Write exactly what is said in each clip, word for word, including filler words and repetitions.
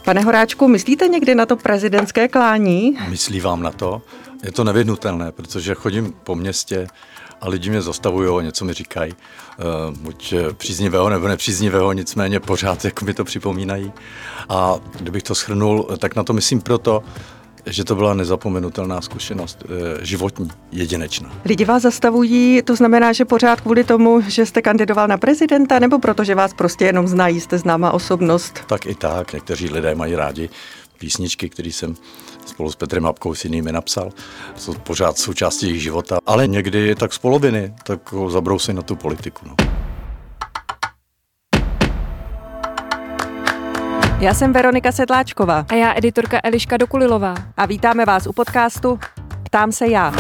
Pane Horáčku, myslíte někdy na to prezidentské klání? Myslí vám na to? Je to nevyhnutelné, protože chodím po městě a lidi mě zastavují, něco mi říkají, uh, buď příznivého nebo nepříznivého, nicméně pořád jako mi to připomínají. A kdybych to shrnul, tak na to myslím proto, že to byla nezapomenutelná zkušenost, uh, životní, jedinečná. Lidi vás zastavují, to znamená, že pořád kvůli tomu, že jste kandidoval na prezidenta, nebo protože vás prostě jenom znají, jste známá osobnost? Tak i tak, někteří lidé mají rádi písničky, které jsem spolu s Petrem Lapkou s jinými napsal, jsou pořád součástí jejich života, ale někdy tak z poloviny, tak zabrousej na tu politiku. No. Já jsem Veronika Sedláčková. A já editorka Eliška Dokulilová. A vítáme vás u podcastu Ptám se já.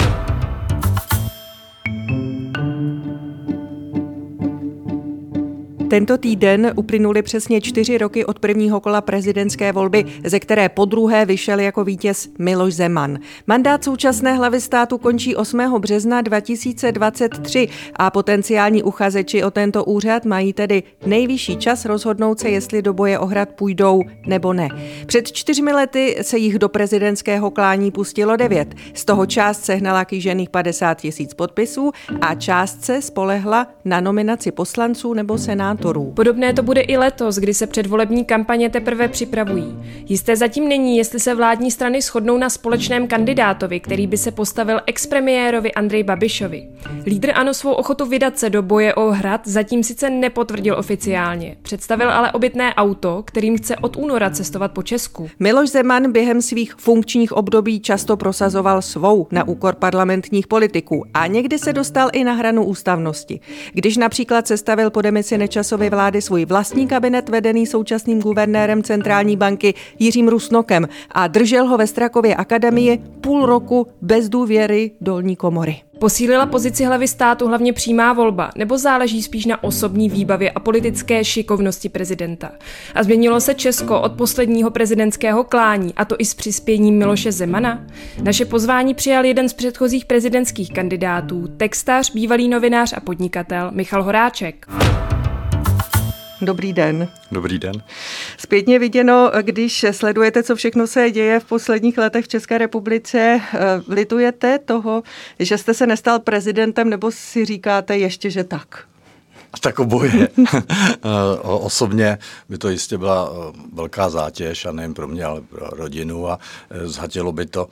Tento týden uplynuly přesně čtyři roky od prvního kola prezidentské volby, ze které podruhé vyšel jako vítěz Miloš Zeman. Mandát současné hlavy státu končí osmého března dva tisíce dvacet tři a potenciální uchazeči o tento úřad mají tedy nejvyšší čas rozhodnout se, jestli do boje o hrad půjdou nebo ne. Před čtyřmi lety se jich do prezidentského klání pustilo devět. Z toho část sehnala kýžených padesát tisíc podpisů a část se spolehla na nominaci poslanců nebo senátorů. Podobné to bude i letos, kdy se předvolební kampaně teprve připravují. Jisté zatím není, jestli se vládní strany shodnou na společném kandidátovi, který by se postavil expremiérovi Andreji Babišovi. Lídr ANO svou ochotu vydat se do boje o hrad zatím sice nepotvrdil oficiálně. Představil ale obytné auto, kterým chce od února cestovat po Česku. Miloš Zeman během svých funkčních období často prosazoval svou na úkor parlamentních politiků a někdy se dostal i na hranu ústavnosti. Když například sestavil po demisi Nečasovy vlády svůj vlastní kabinet vedený současným guvernérem centrální banky Jiřím Rusnokem a držel ho ve Strakově akademii půl roku bez důvěry dolní komory. Posílila pozici hlavy státu hlavně přímá volba, nebo záleží spíš na osobní výbavě a politické šikovnosti prezidenta? A změnilo se Česko od posledního prezidentského klání, a to i s přispěním Miloše Zemana? Naše pozvání přijal jeden z předchozích prezidentských kandidátů, textař, bývalý novinář a podnikatel Michal Horáček. Dobrý den. Dobrý den. Zpětně viděno, když sledujete, co všechno se děje v posledních letech v České republice, litujete toho, že jste se nestal prezidentem, nebo si říkáte ještě, že tak? Tak oboje. Osobně by to jistě byla velká zátěž a nejen pro mě, ale pro rodinu a zhatilo by to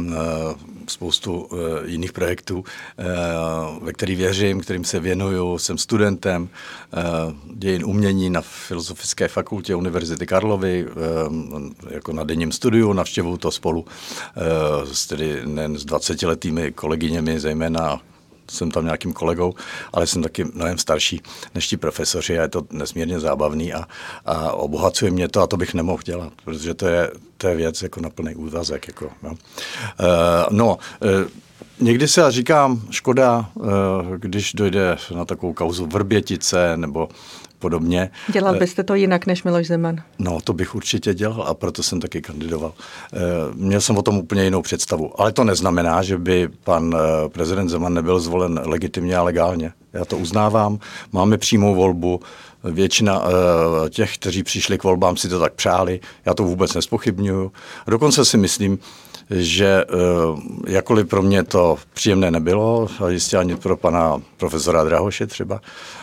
spoustu jiných projektů, ve kterých věřím, kterým se věnuju. Jsem studentem dějin umění na Filozofické fakultě Univerzity Karlovy, jako na denním studiu, navštěvuju to spolu s, tedy nejen s dvacetiletými kolegyněmi, zejména jsem tam nějakým kolegou, ale jsem taky mnohem starší než ti profesoři a je to nesmírně zábavný a, a obohacuje mě to a to bych nemohl dělat, protože to je, to je věc jako na plný úvazek. Jako, no, uh, no uh, někdy se říkám, škoda, uh, když dojde na takovou kauzu Vrbětice nebo podobně. Dělal byste to jinak než Miloš Zeman? No, to bych určitě dělal a proto jsem taky kandidoval. Měl jsem o tom úplně jinou představu. Ale to neznamená, že by pan prezident Zeman nebyl zvolen legitimně a legálně. Já to uznávám. Máme přímou volbu. Většina těch, kteří přišli k volbám, si to tak přáli. Já to vůbec nespochybňuju. Dokonce si myslím, že jakkoliv pro mě to příjemné nebylo, a jistě ani pro pana profesora Drahoše třeba,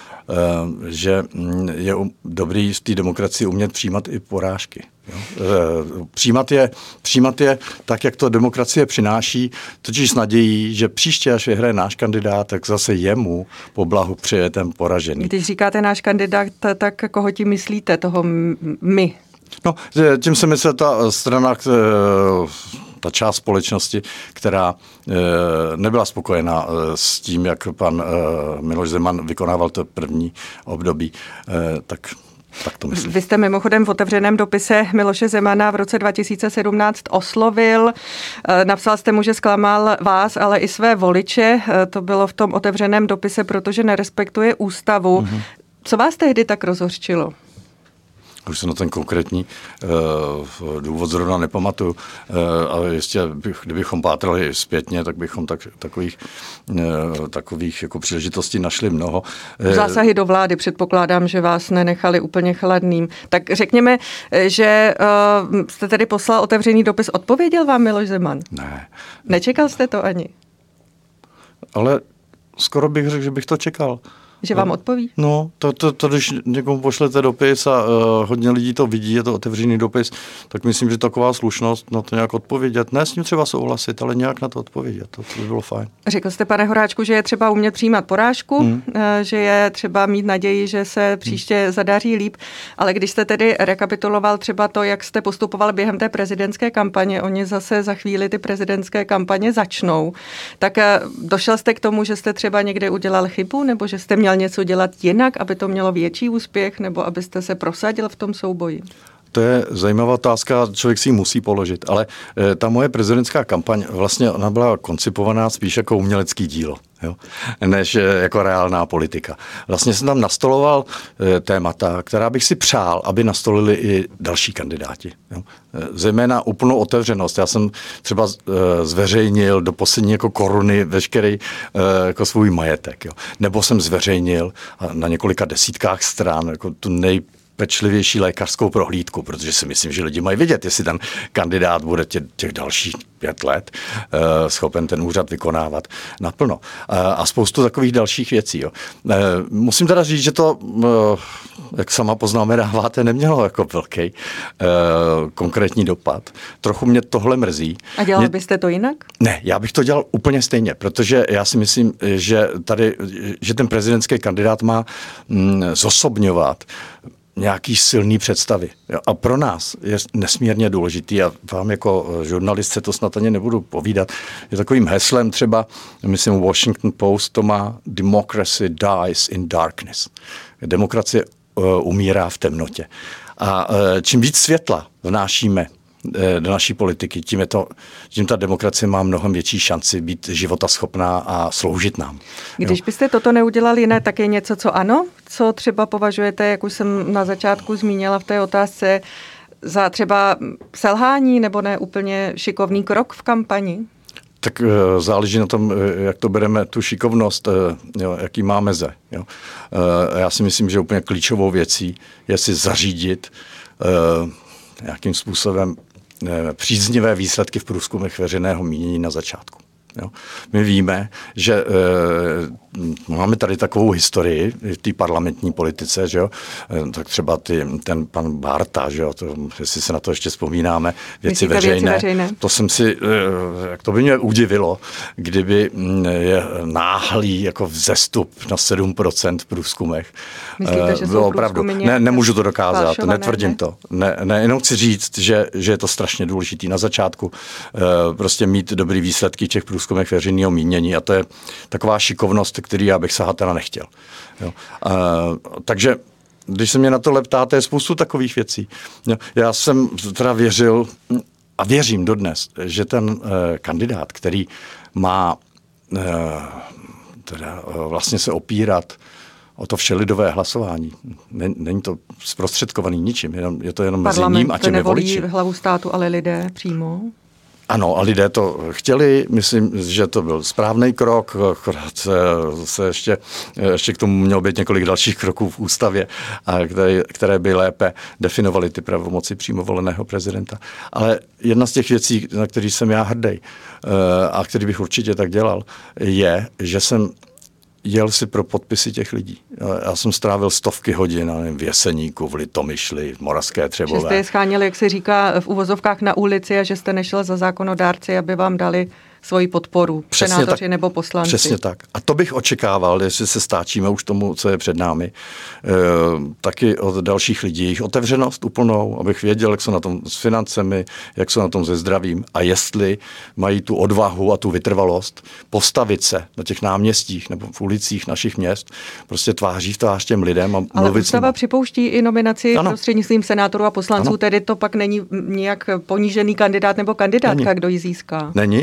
že je dobrý v té demokracii umět přijímat i porážky. Jo? Přijímat je, přijímat je tak, jak to demokracie přináší, totiž s nadějí, že příště, až vyhraje náš kandidát, tak zase jemu po blahu přeje ten poražený. Když říkáte náš kandidát, tak koho tím myslíte, toho my? No, tím se myslí ta strana, ta část společnosti, která e, nebyla spokojená e, s tím, jak pan e, Miloš Zeman vykonával to první období, e, tak, tak to myslím. Vy jste mimochodem v otevřeném dopise Miloše Zemana v roce dva tisíce sedmnáct oslovil. E, napsal jste mu, že zklamal vás, ale i své voliče. E, to bylo v tom otevřeném dopise, protože nerespektuje ústavu. Mm-hmm. Co vás tehdy tak rozhořčilo? Už se na ten konkrétní uh, důvod zrovna nepamatuju, uh, ale jistě, bych, kdybychom pátrali zpětně, tak bychom tak, takových, uh, takových jako příležitostí našli mnoho. Zásahy do vlády, předpokládám, že vás nenechali úplně chladným. Tak řekněme, že uh, jste tedy poslal otevřený dopis, odpověděl vám Miloš Zeman? Ne. Nečekal jste to ani? Ale skoro bych řekl, že bych to čekal. Že vám odpoví? No, to, to, to když někomu pošlete dopis a uh, hodně lidí to vidí, je to otevřený dopis, tak myslím, že taková slušnost na to nějak odpovědět. Ne s ním třeba souhlasit, ale nějak na to odpovědět. To, to by bylo fajn. Řekl jste, pane Horáčku, že je třeba umět přijímat porážku, hmm. že je třeba mít naději, že se příště hmm. zadaří líp, ale když jste tedy rekapituloval třeba to, jak jste postupoval během té prezidentské kampaně, oni zase za chvíli ty prezidentské kampaně začnou, tak došel jste k tomu, že jste třeba někde udělal chybu, nebo že jste měl něco dělat jinak, aby to mělo větší úspěch, nebo abyste se prosadil v tom souboji? To je zajímavá otázka, člověk si ji musí položit, ale e, ta moje prezidentská kampaň vlastně ona byla koncipovaná spíš jako umělecký dílo, jo? Než e, jako reálná politika. Vlastně jsem tam nastoloval e, témata, která bych si přál, aby nastolili i další kandidáti. Jo? E, zejména úplnou otevřenost. Já jsem třeba e, zveřejnil do poslední jako koruny veškerý e, jako svůj majetek. Jo? Nebo jsem zveřejnil na několika desítkách stran jako tu nej pečlivější lékařskou prohlídku, protože si myslím, že lidi mají vidět, jestli ten kandidát bude tě, těch dalších pět let uh, schopen ten úřad vykonávat naplno. Uh, a spoustu takových dalších věcí. Jo. Uh, musím teda říct, že to, uh, jak sama poznamenáváte, nemělo jako velký uh, konkrétní dopad. Trochu mě tohle mrzí. A dělal mě... byste to jinak? Ne, já bych to dělal úplně stejně, protože já si myslím, že tady, že ten prezidentský kandidát má mm, zosobňovat nějaký silný představy. A pro nás je nesmírně důležitý, a vám jako žurnalistce to snad ani nebudu povídat, je takovým heslem třeba, myslím, Washington Post to má Democracy dies in darkness. Demokracie uh, umírá v temnotě. A uh, čím víc světla vnášíme do naší politiky, tím, je to, tím ta demokracie má mnohem větší šanci být životaschopná a sloužit nám. Když byste toto neudělali jiné, tak je něco, co ano? Co třeba považujete, jak už jsem na začátku zmínila v té otázce, za třeba selhání nebo ne úplně šikovný krok v kampani? Tak záleží na tom, jak to bereme, tu šikovnost, jo, jaký má meze. Jo. Já si myslím, že úplně klíčovou věcí je si zařídit nějakým způsobem příznivé výsledky v průzkumech veřejného mínění na začátku. Jo. My víme, že e, máme tady takovou historii v té parlamentní politice, že jo? E, tak třeba ty, ten pan Bárta, že jo? To, jestli se na to ještě vzpomínáme, věci veřejné, věci veřejné, to jsem si, e, jak to by mě udivilo, kdyby je náhlý jako vzestup na sedm procent v průzkumech. Myslíte, že jsou opravdu. Ne, nemůžu to dokázat, netvrdím ne? to. Ne, ne, jenom chci říct, že, že je to strašně důležitý na začátku e, prostě mít dobrý výsledky těch průzkumech veřejného mínění, a to je taková šikovnost, který já bych sahat teda nechtěl. Jo. A, takže když se mě na to ptáte, je spoustu takových věcí. Jo. Já jsem teda věřil a věřím dodnes, že ten eh, kandidát, který má eh, teda eh, vlastně se opírat o to všelidové hlasování. Není to zprostředkovaný ničím, jenom, je to jenom mezi ním a těmi voliči. Parlament hlavu státu, ale lidé přímo. Ano, a lidé to chtěli, myslím, že to byl správný krok, se, se ještě, ještě k tomu mělo být několik dalších kroků v ústavě, a které, které by lépe definovaly ty pravomoci přímo voleného prezidenta. Ale jedna z těch věcí, na který jsem já hrdý a který bych určitě tak dělal, je, že jsem jel si pro podpisy těch lidí. Já jsem strávil stovky hodin nevím, v Jeseníku, v Litomyšli, v Moravské Třebové. Že jste je scháněli, jak se říká, v uvozovkách na ulici a že jste nešel za zákonodárci, aby vám dali svoji podporu, senátoři nebo poslanci. Přesně tak. A to bych očekával, jestli se stáčíme už tomu, co je před námi, e, taky od dalších lidí. Jejich otevřenost úplnou, abych věděl, jak jsou na tom s financemi, jak jsou na tom se zdravím a jestli mají tu odvahu a tu vytrvalost postavit se na těch náměstích nebo v ulicích našich měst, prostě tváří v tvář těm lidem a ale mluvit ústava připouští i nominaci ano. prostřednictvím senátorů a poslanců, ano. Tedy to pak není nějak ponížený kandidát nebo kandidátka, není. Kdo ji získá. Není, ale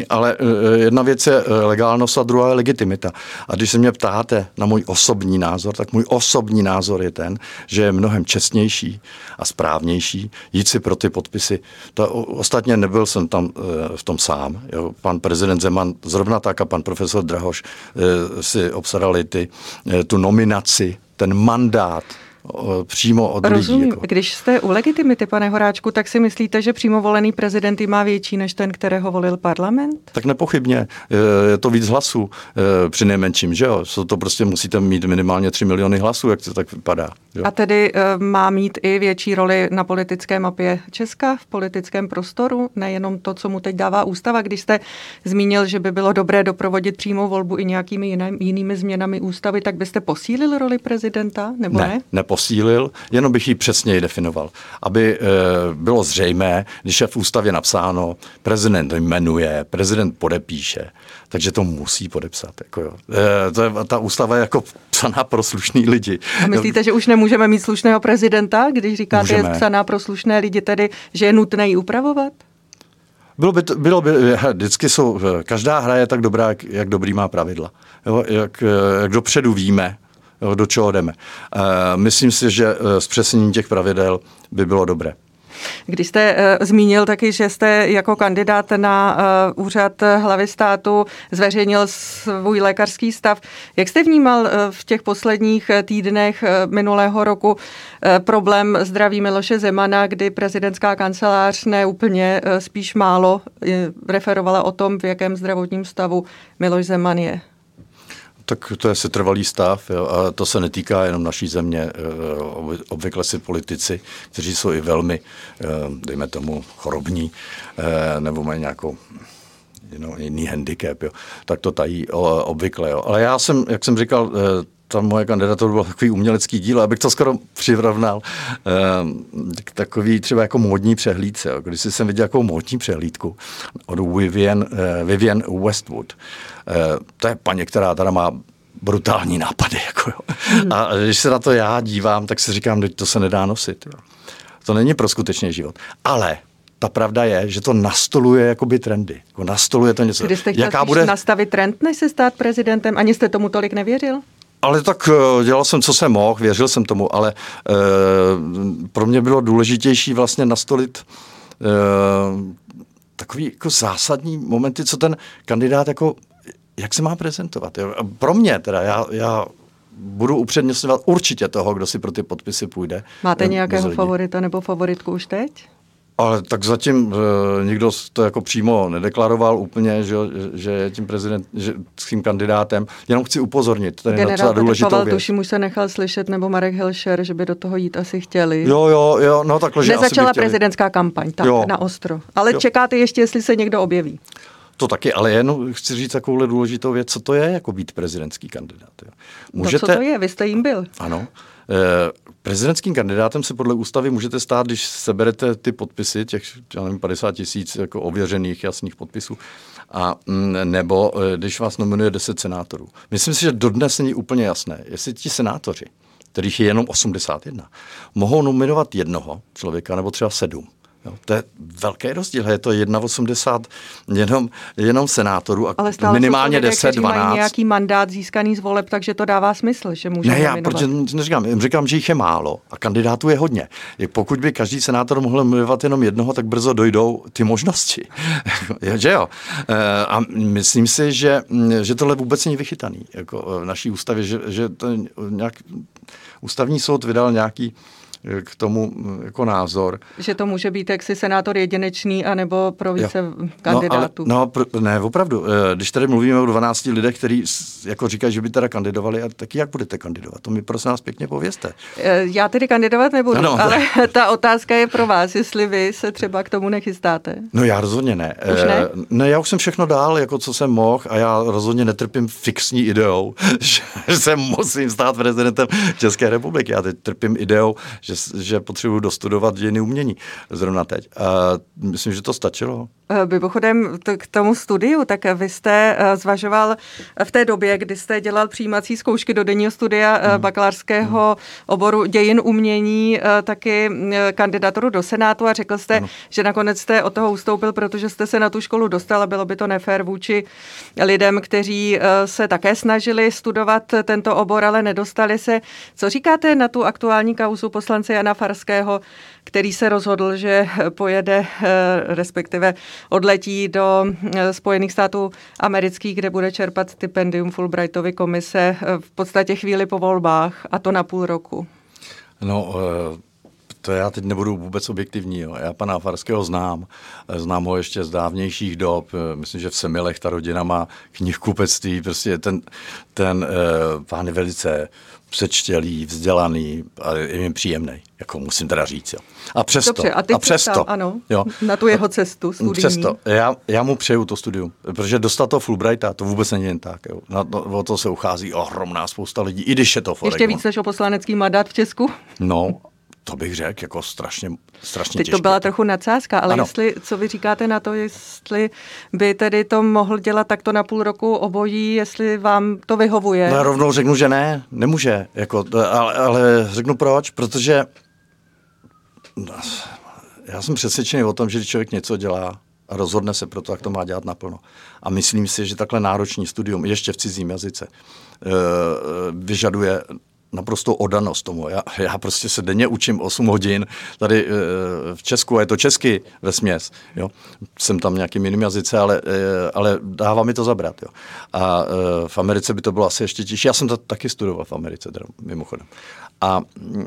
jedna věc je legálnost a druhá je legitimita. A když se mě ptáte na můj osobní názor, tak můj osobní názor je ten, že je mnohem čestnější a správnější jít si pro ty podpisy. To, ostatně nebyl jsem tam v tom sám. Jo. Pan prezident Zeman zrovna tak a pan profesor Drahoš si obsadali ty, tu nominaci, ten mandát přímo od Rozumím. lidí. Jako. Když jste u legitimity, pane Horáčku, tak si myslíte, že přímo volený prezident má větší než ten, kterého volil parlament? Tak nepochybně. Je to víc hlasů při nejmenším, že jo? To prostě musíte mít minimálně tři miliony hlasů, jak to tak vypadá. Jo? A tedy má mít i větší roli na politické mapě Česka, v politickém prostoru, nejenom to, co mu teď dává ústava. Když jste zmínil, že by bylo dobré doprovodit přímou volbu i nějakými jiný, jinými změnami ústavy, tak byste posílil roli prezidenta, nebo ne? Ne, posílil, jenom bych ji přesněji definoval. Aby e, bylo zřejmé, když je v ústavě napsáno, prezident jmenuje, prezident podepíše, takže to musí podepsat. Jako jo. E, to je, ta ústava je jako psaná pro slušný lidi. A myslíte, že už nemůžeme mít slušného prezidenta, když říkáte, můžeme. Je psaná pro slušné lidi, tedy, že je nutné ji upravovat? Bylo by, to, bylo by, vždycky jsou, každá hra je tak dobrá, jak, jak dobrý má pravidla. Jo, jak, jak dopředu víme, jo, do čeho jdeme. Uh, myslím si, že uh, zpřesnění těch pravidel by bylo dobré. Když jste uh, zmínil taky, že jste jako kandidát na uh, úřad hlavy státu zveřejnil svůj lékařský stav, jak jste vnímal uh, v těch posledních týdnech uh, minulého roku uh, problém zdraví Miloše Zemana, kdy prezidentská kancelář ne úplně, uh, spíš málo uh, referovala o tom, v jakém zdravotním stavu Miloš Zeman je? Tak to je setrvalý stav, jo, a to se netýká jenom naší země. Obvykle si politici, kteří jsou i velmi, dejme tomu, chorobní, nebo mají nějakou jinou, jiný handicap, jo, tak to tají obvykle. Jo. Ale já jsem, jak jsem říkal, ta moje kandidatura byla takový umělecký díl, abych to skoro přirovnal k takový třeba jako módní přehlídce. Jo. Když jsem viděl jako módní přehlídku od Vivian, Vivian Westwood, to je paní, která teda má brutální nápady. Jako jo. Hmm. A když se na to já dívám, tak si říkám, že to se nedá nosit. Jo. To není pro skutečný život. Ale ta pravda je, že to nastoluje jakoby trendy. Jako nastoluje to něco. Když jste chtěl Jaká bude... nastavit trend, než se stát prezidentem, ani jste tomu tolik nevěřil? Ale tak dělal jsem, co jsem mohl, věřil jsem tomu, ale e, pro mě bylo důležitější vlastně nastolit e, takový jako zásadní momenty, co ten kandidát jako, jak se má prezentovat. Jo? Pro mě teda, já, já budu upřednostňovat určitě toho, kdo si pro ty podpisy půjde. Máte nějakého favorita nebo favoritku už teď? Ale tak zatím e, nikdo to jako přímo nedeklaroval úplně, že, že je tím prezident, že s tím kandidátem. Jenom chci upozornit. Tady Generál důležitou Pavel věc. Tuším už se nechal slyšet, nebo Marek Hilšer, že by do toho jít asi chtěli. Jo, jo, jo, no takhle, že Nezačala asi by prezidentská kampaň, tak jo. na ostro. Ale jo. Čekáte ještě, jestli se někdo objeví. To taky, ale jenom chci říct takovouhle důležitou věc, co to je jako být prezidentský kandidát. Jo. Můžete... No co to je? Vy jste jim byl. Ano. Eh, prezidentským kandidátem se podle ústavy můžete stát, když seberete ty podpisy, těch já nevím, padesát tisíc jako ověřených jasných podpisů, a nebo když vás nominuje deset senátorů. Myslím si, že dodnes není úplně jasné, jestli ti senátoři, kterých je jenom osmdesát jedna, mohou nominovat jednoho člověka nebo třeba sedm. Jo, to je velký rozdíl, je to osmdesát jedna jenom, jenom senátorů a ale stále minimálně lidé, deset, dvanáct. Mají nějaký mandát získaný z voleb, takže to dává smysl, že může Ne, já nominovat. protože neříkám, říkám, že jich je málo a kandidátů je hodně. Pokud by každý senátor mohl nominovat jenom jednoho, tak brzo dojdou ty možnosti. Že jo? A myslím si, že, že tohle vůbec není vychytaný jako v naší ústavě, že, že to nějak, ústavní soud vydal nějaký k tomu jako názor. Že to může být jaksi senátor jedinečný, anebo pro více jo. kandidátů. No, ale, no, ne, opravdu. Když tady mluvíme o dvanácti lidech, kteří jako říkají, že by teda kandidovali, a taky jak budete kandidovat? To mi prosím nás pěkně povězte. Já tedy kandidovat nebudu, no, ale ta otázka je pro vás, jestli vy se třeba k tomu nechystáte. No já rozhodně ne. Už ne? Ne, já už jsem všechno dál, jako co jsem mohl, a já rozhodně netrpím fixní ideou, že se musím stát prezidentem České republiky. Já teď trpím ideou, že že potřebuji dostudovat dějiny umění zrovna teď. A myslím, že to stačilo. Mimochodem k tomu studiu, tak vy jste zvažoval v té době, kdy jste dělal přijímací zkoušky do denního studia hmm. bakalářského oboru dějin umění, taky kandidaturu do Senátu a řekl jste, no. že nakonec jste od toho ustoupil, protože jste se na tu školu dostal a bylo by to nefér vůči lidem, kteří se také snažili studovat tento obor, ale nedostali se. Co říkáte na tu aktuální kauzu poslance Jana Farského, který se rozhodl, že pojede, respektive odletí do Spojených států amerických, kde bude čerpat stipendium Fulbrightovy komise v podstatě chvíli po volbách, a to na půl roku? No, to já teď nebudu vůbec objektivní. Jo. Já pana Farského znám. Znám ho ještě z dávnějších dob. Myslím, že v Semilech ta rodina má knihkupectví. Prostě ten, ten pán je velice přečtělý, vzdělaný a je mi příjemný, jako musím teda říct. Jo. A přesto, Dobře, a, a přesto, tam, ano, jo, na tu jeho cestu studijní. Přesto, já, já mu přeju to studium, protože dostat to Fulbrighta, to vůbec není jen tak. Jo. Na, no, o to se uchází ohromná spousta lidí, i když je to Foreign. Ještě víc než o poslanecký mandát v Česku? No, to bych řekl, jako strašně, strašně Teď těžké. to byla trochu nadsázka, ale jestli, co vy říkáte na to, jestli by tedy to mohl dělat takto na půl roku obojí, jestli vám to vyhovuje? No, rovnou řeknu, že ne, nemůže, jako, ale, ale řeknu proč, protože já jsem přesvědčený o tom, že když člověk něco dělá a rozhodne se pro to, jak to má dělat naplno. A myslím si, že takhle náročný studium, ještě v cizím jazyce, vyžaduje naprostou oddanost tomu. Já, já prostě se denně učím osm hodin tady e, v Česku, a je to česky vesměs. Jo. Jsem tam nějakým jiným jazyce, ale, e, ale dává mi to zabrat. Jo. A e, v Americe by to bylo asi ještě těžší. Já jsem to taky studoval v Americe, teda, mimochodem. A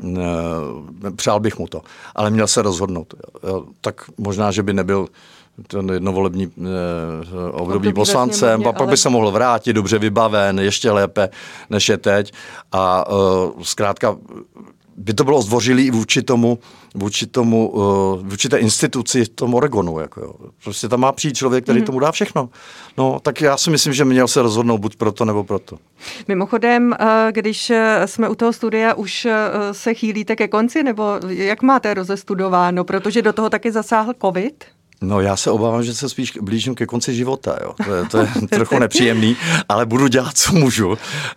e, přál bych mu to. Ale měl se rozhodnout. Jo. Tak možná, že by nebyl ten jednovolební eh, období poslancem, a pak ale by se mohl vrátit dobře vybaven, ještě lépe, než je teď. A eh, zkrátka by to bylo zdvořilý i vůči tomu, vůči tomu, uh, vůči té instituci v tom Oregonu. Jako jo. Prostě tam má přijít člověk, který mm-hmm. tomu dá všechno. No, tak já si myslím, že měl se rozhodnout buď proto, nebo proto. Mimochodem, když jsme u toho studia, už se chýlíte ke konci, nebo jak máte rozestudováno, protože do toho taky zasáhl covid? No, já se obávám, že se spíš blížím ke konci života. Jo. To je, to je trochu nepříjemný, ale budu dělat, co můžu.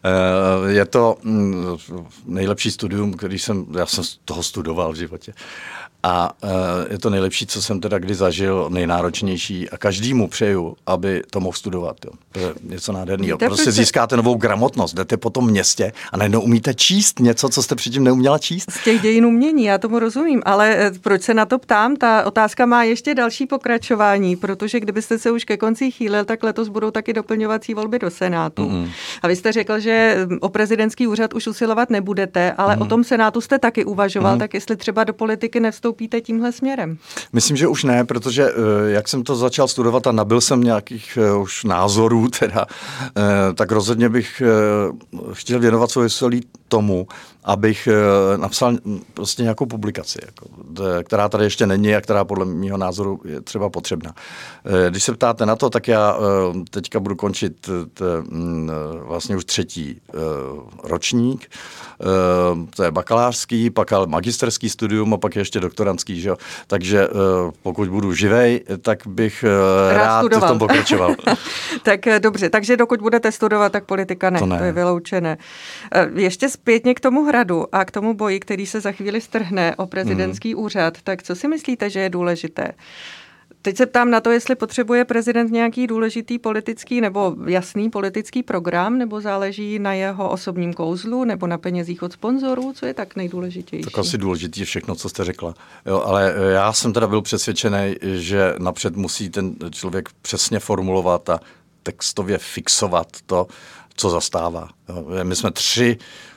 Je to nejlepší studium, který jsem, já jsem toho studoval v životě. A je to nejlepší, co jsem teda kdy zažil, nejnáročnější. A každému přeju, aby to mohl studovat. Jo. To je něco nádherného. Prostě získáte novou gramotnost, jdete po tom městě a najednou umíte číst něco, co jste předtím neuměla číst. Z těch dějin umění, já tomu rozumím, ale proč se na to ptám? Ta otázka má ještě další pokračování, protože kdybyste se už ke konci chýlil, tak letos budou taky doplňovací volby do Senátu. Mm-hmm. A vy jste řekl, že o prezidentský úřad už usilovat nebudete, ale mm-hmm. o tom Senátu jste taky uvažoval, mm-hmm. tak jestli třeba do politiky nevstoupíte tímhle směrem? Myslím, že už ne, protože jak jsem to začal studovat a nabyl jsem nějakých už názorů, teda, tak rozhodně bych chtěl věnovat svoje úsilí tomu, abych napsal prostě nějakou publikaci, jako, která tady ještě není a která podle mého názoru je třeba potřebná. Když se ptáte na to, tak já teďka budu končit t, vlastně už třetí ročník. To je bakalářský, pak ale magisterský studium a pak ještě doktorantský. Že? Takže pokud budu živej, tak bych rád, rád v tom pokračoval. Tak dobře, takže dokud budete studovat, tak politika ne, to, ne. to je vyloučené. Ještě zpětně k tomu hradu a k tomu boji, který se za chvíli strhne o prezidentský mm. úřad, tak co si myslíte, že je důležité? Teď se ptám na to, jestli potřebuje prezident nějaký důležitý politický nebo jasný politický program, nebo záleží na jeho osobním kouzlu, nebo na penězích od sponzorů, co je tak nejdůležitější? Tak asi důležitý je všechno, co jste řekla. Jo, ale já jsem teda byl přesvědčený, že napřed musí ten člověk přesně formulovat a textově fixovat to, co zastává. Jo, my jsme tři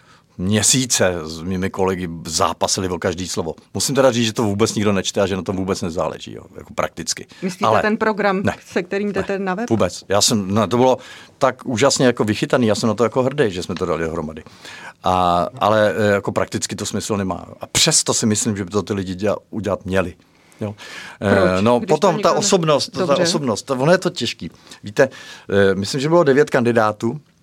měsíce s mými kolegy zápasili o každý slovo. Musím teda říct, že to vůbec nikdo nečte a že na tom vůbec nezáleží, jo, jako prakticky. Myslíte ale ten program, ne, se kterým jdete na web? Vůbec. Já jsem, no, to bylo tak úžasně jako vychytaný, já jsem na to jako hrdý, že jsme to dali dohromady. A, ale jako prakticky to smysl nemá. A přesto si myslím, že by to ty lidi dělat, udělat měli. Jo. E, no Když potom ta osobnost, ta osobnost, ono je to těžký. Víte, e, myslím, že bylo devět kandidátů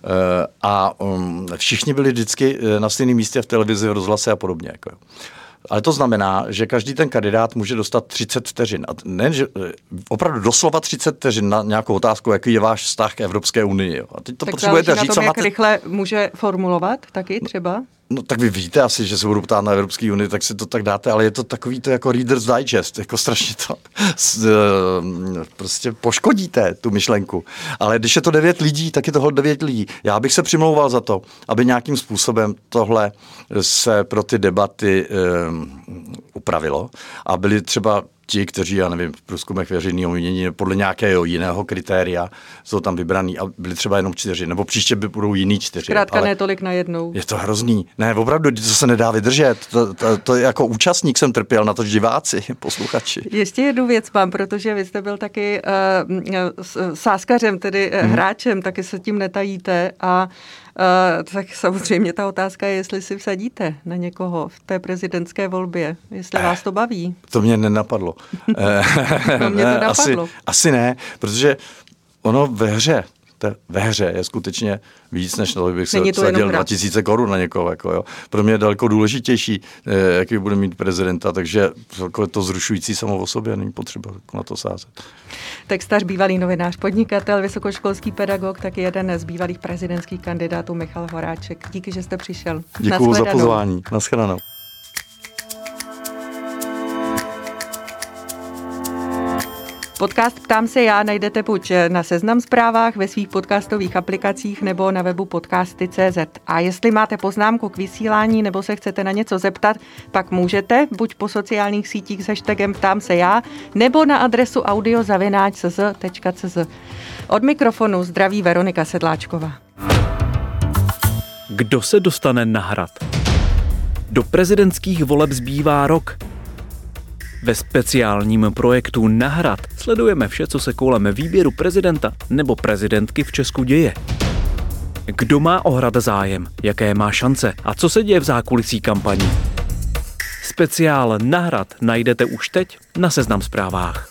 A všichni byli vždycky na stejném místě v televizi, v rozhlase a podobně. Jako. Ale to znamená, že každý ten kandidát může dostat třicet vteřin. A ne, že opravdu doslova třicet vteřin na nějakou otázku, jaký je váš vztah k Evropské unii. Jo. A teď to tak potřebujete říct, na tom, co jak máte... rychle může formulovat taky třeba? No tak vy víte asi, že se budu ptát na Evropské unii, tak si to tak dáte, ale je to takový to jako Reader's Digest, jako strašně to prostě poškodíte tu myšlenku. Ale když je to devět lidí, tak je toho devět lidí. Já bych se přimlouval za to, aby nějakým způsobem tohle se pro ty debaty um, upravilo a byli třeba ti, kteří, já nevím, v průzkumech veřejného mínění podle nějakého jiného kritéria jsou tam vybraný a byli třeba jenom čtyři, nebo příště by budou jiný čtyři. Zkrátka ne tolik najednou. Je to hrozný. Ne, opravdu, to se nedá vydržet. To, to, to jako účastník jsem trpěl, na to diváci, posluchači. Ještě jednu věc mám, protože vy jste byl taky uh, sáskařem, tedy hmm. hráčem, taky se tím netajíte a Uh, tak samozřejmě ta otázka je, jestli si vsadíte na někoho v té prezidentské volbě, jestli eh, vás to baví. To mě nenapadlo. To mě to napadlo. Asi, asi ne, protože ono ve hře, ve hře je skutečně víc, než to bych se vsadil dva tisíce korun na někoho. Jako, jo. Pro mě je daleko důležitější, jaký bude mít prezidenta, takže je to zrušující samo o sobě, není potřeba na to sázet. Textař, bývalý novinář, podnikatel, vysokoškolský pedagog, taky jeden z bývalých prezidentských kandidátů Michal Horáček. Díky, že jste přišel. Děkuju za pozvání. Naschledanou. Podcast Ptám se já najdete buď na Seznam Zprávách, ve svých podcastových aplikacích nebo na webu podcasty tečka cé zet. A jestli máte poznámku k vysílání nebo se chcete na něco zeptat, pak můžete buď po sociálních sítích s hashtagem Ptám se já nebo na adresu audio zavináč c z tečka c z. Od mikrofonu zdraví Veronika Sedláčková. Kdo se dostane na Hrad? Do prezidentských voleb zbývá rok. Ve speciálním projektu Na Hrad sledujeme vše, co se kolem výběru prezidenta nebo prezidentky v Česku děje. Kdo má o Hrad zájem, jaké má šance a co se děje v zákulisí kampaní. Speciál Na Hrad najdete už teď na Seznam Zprávách.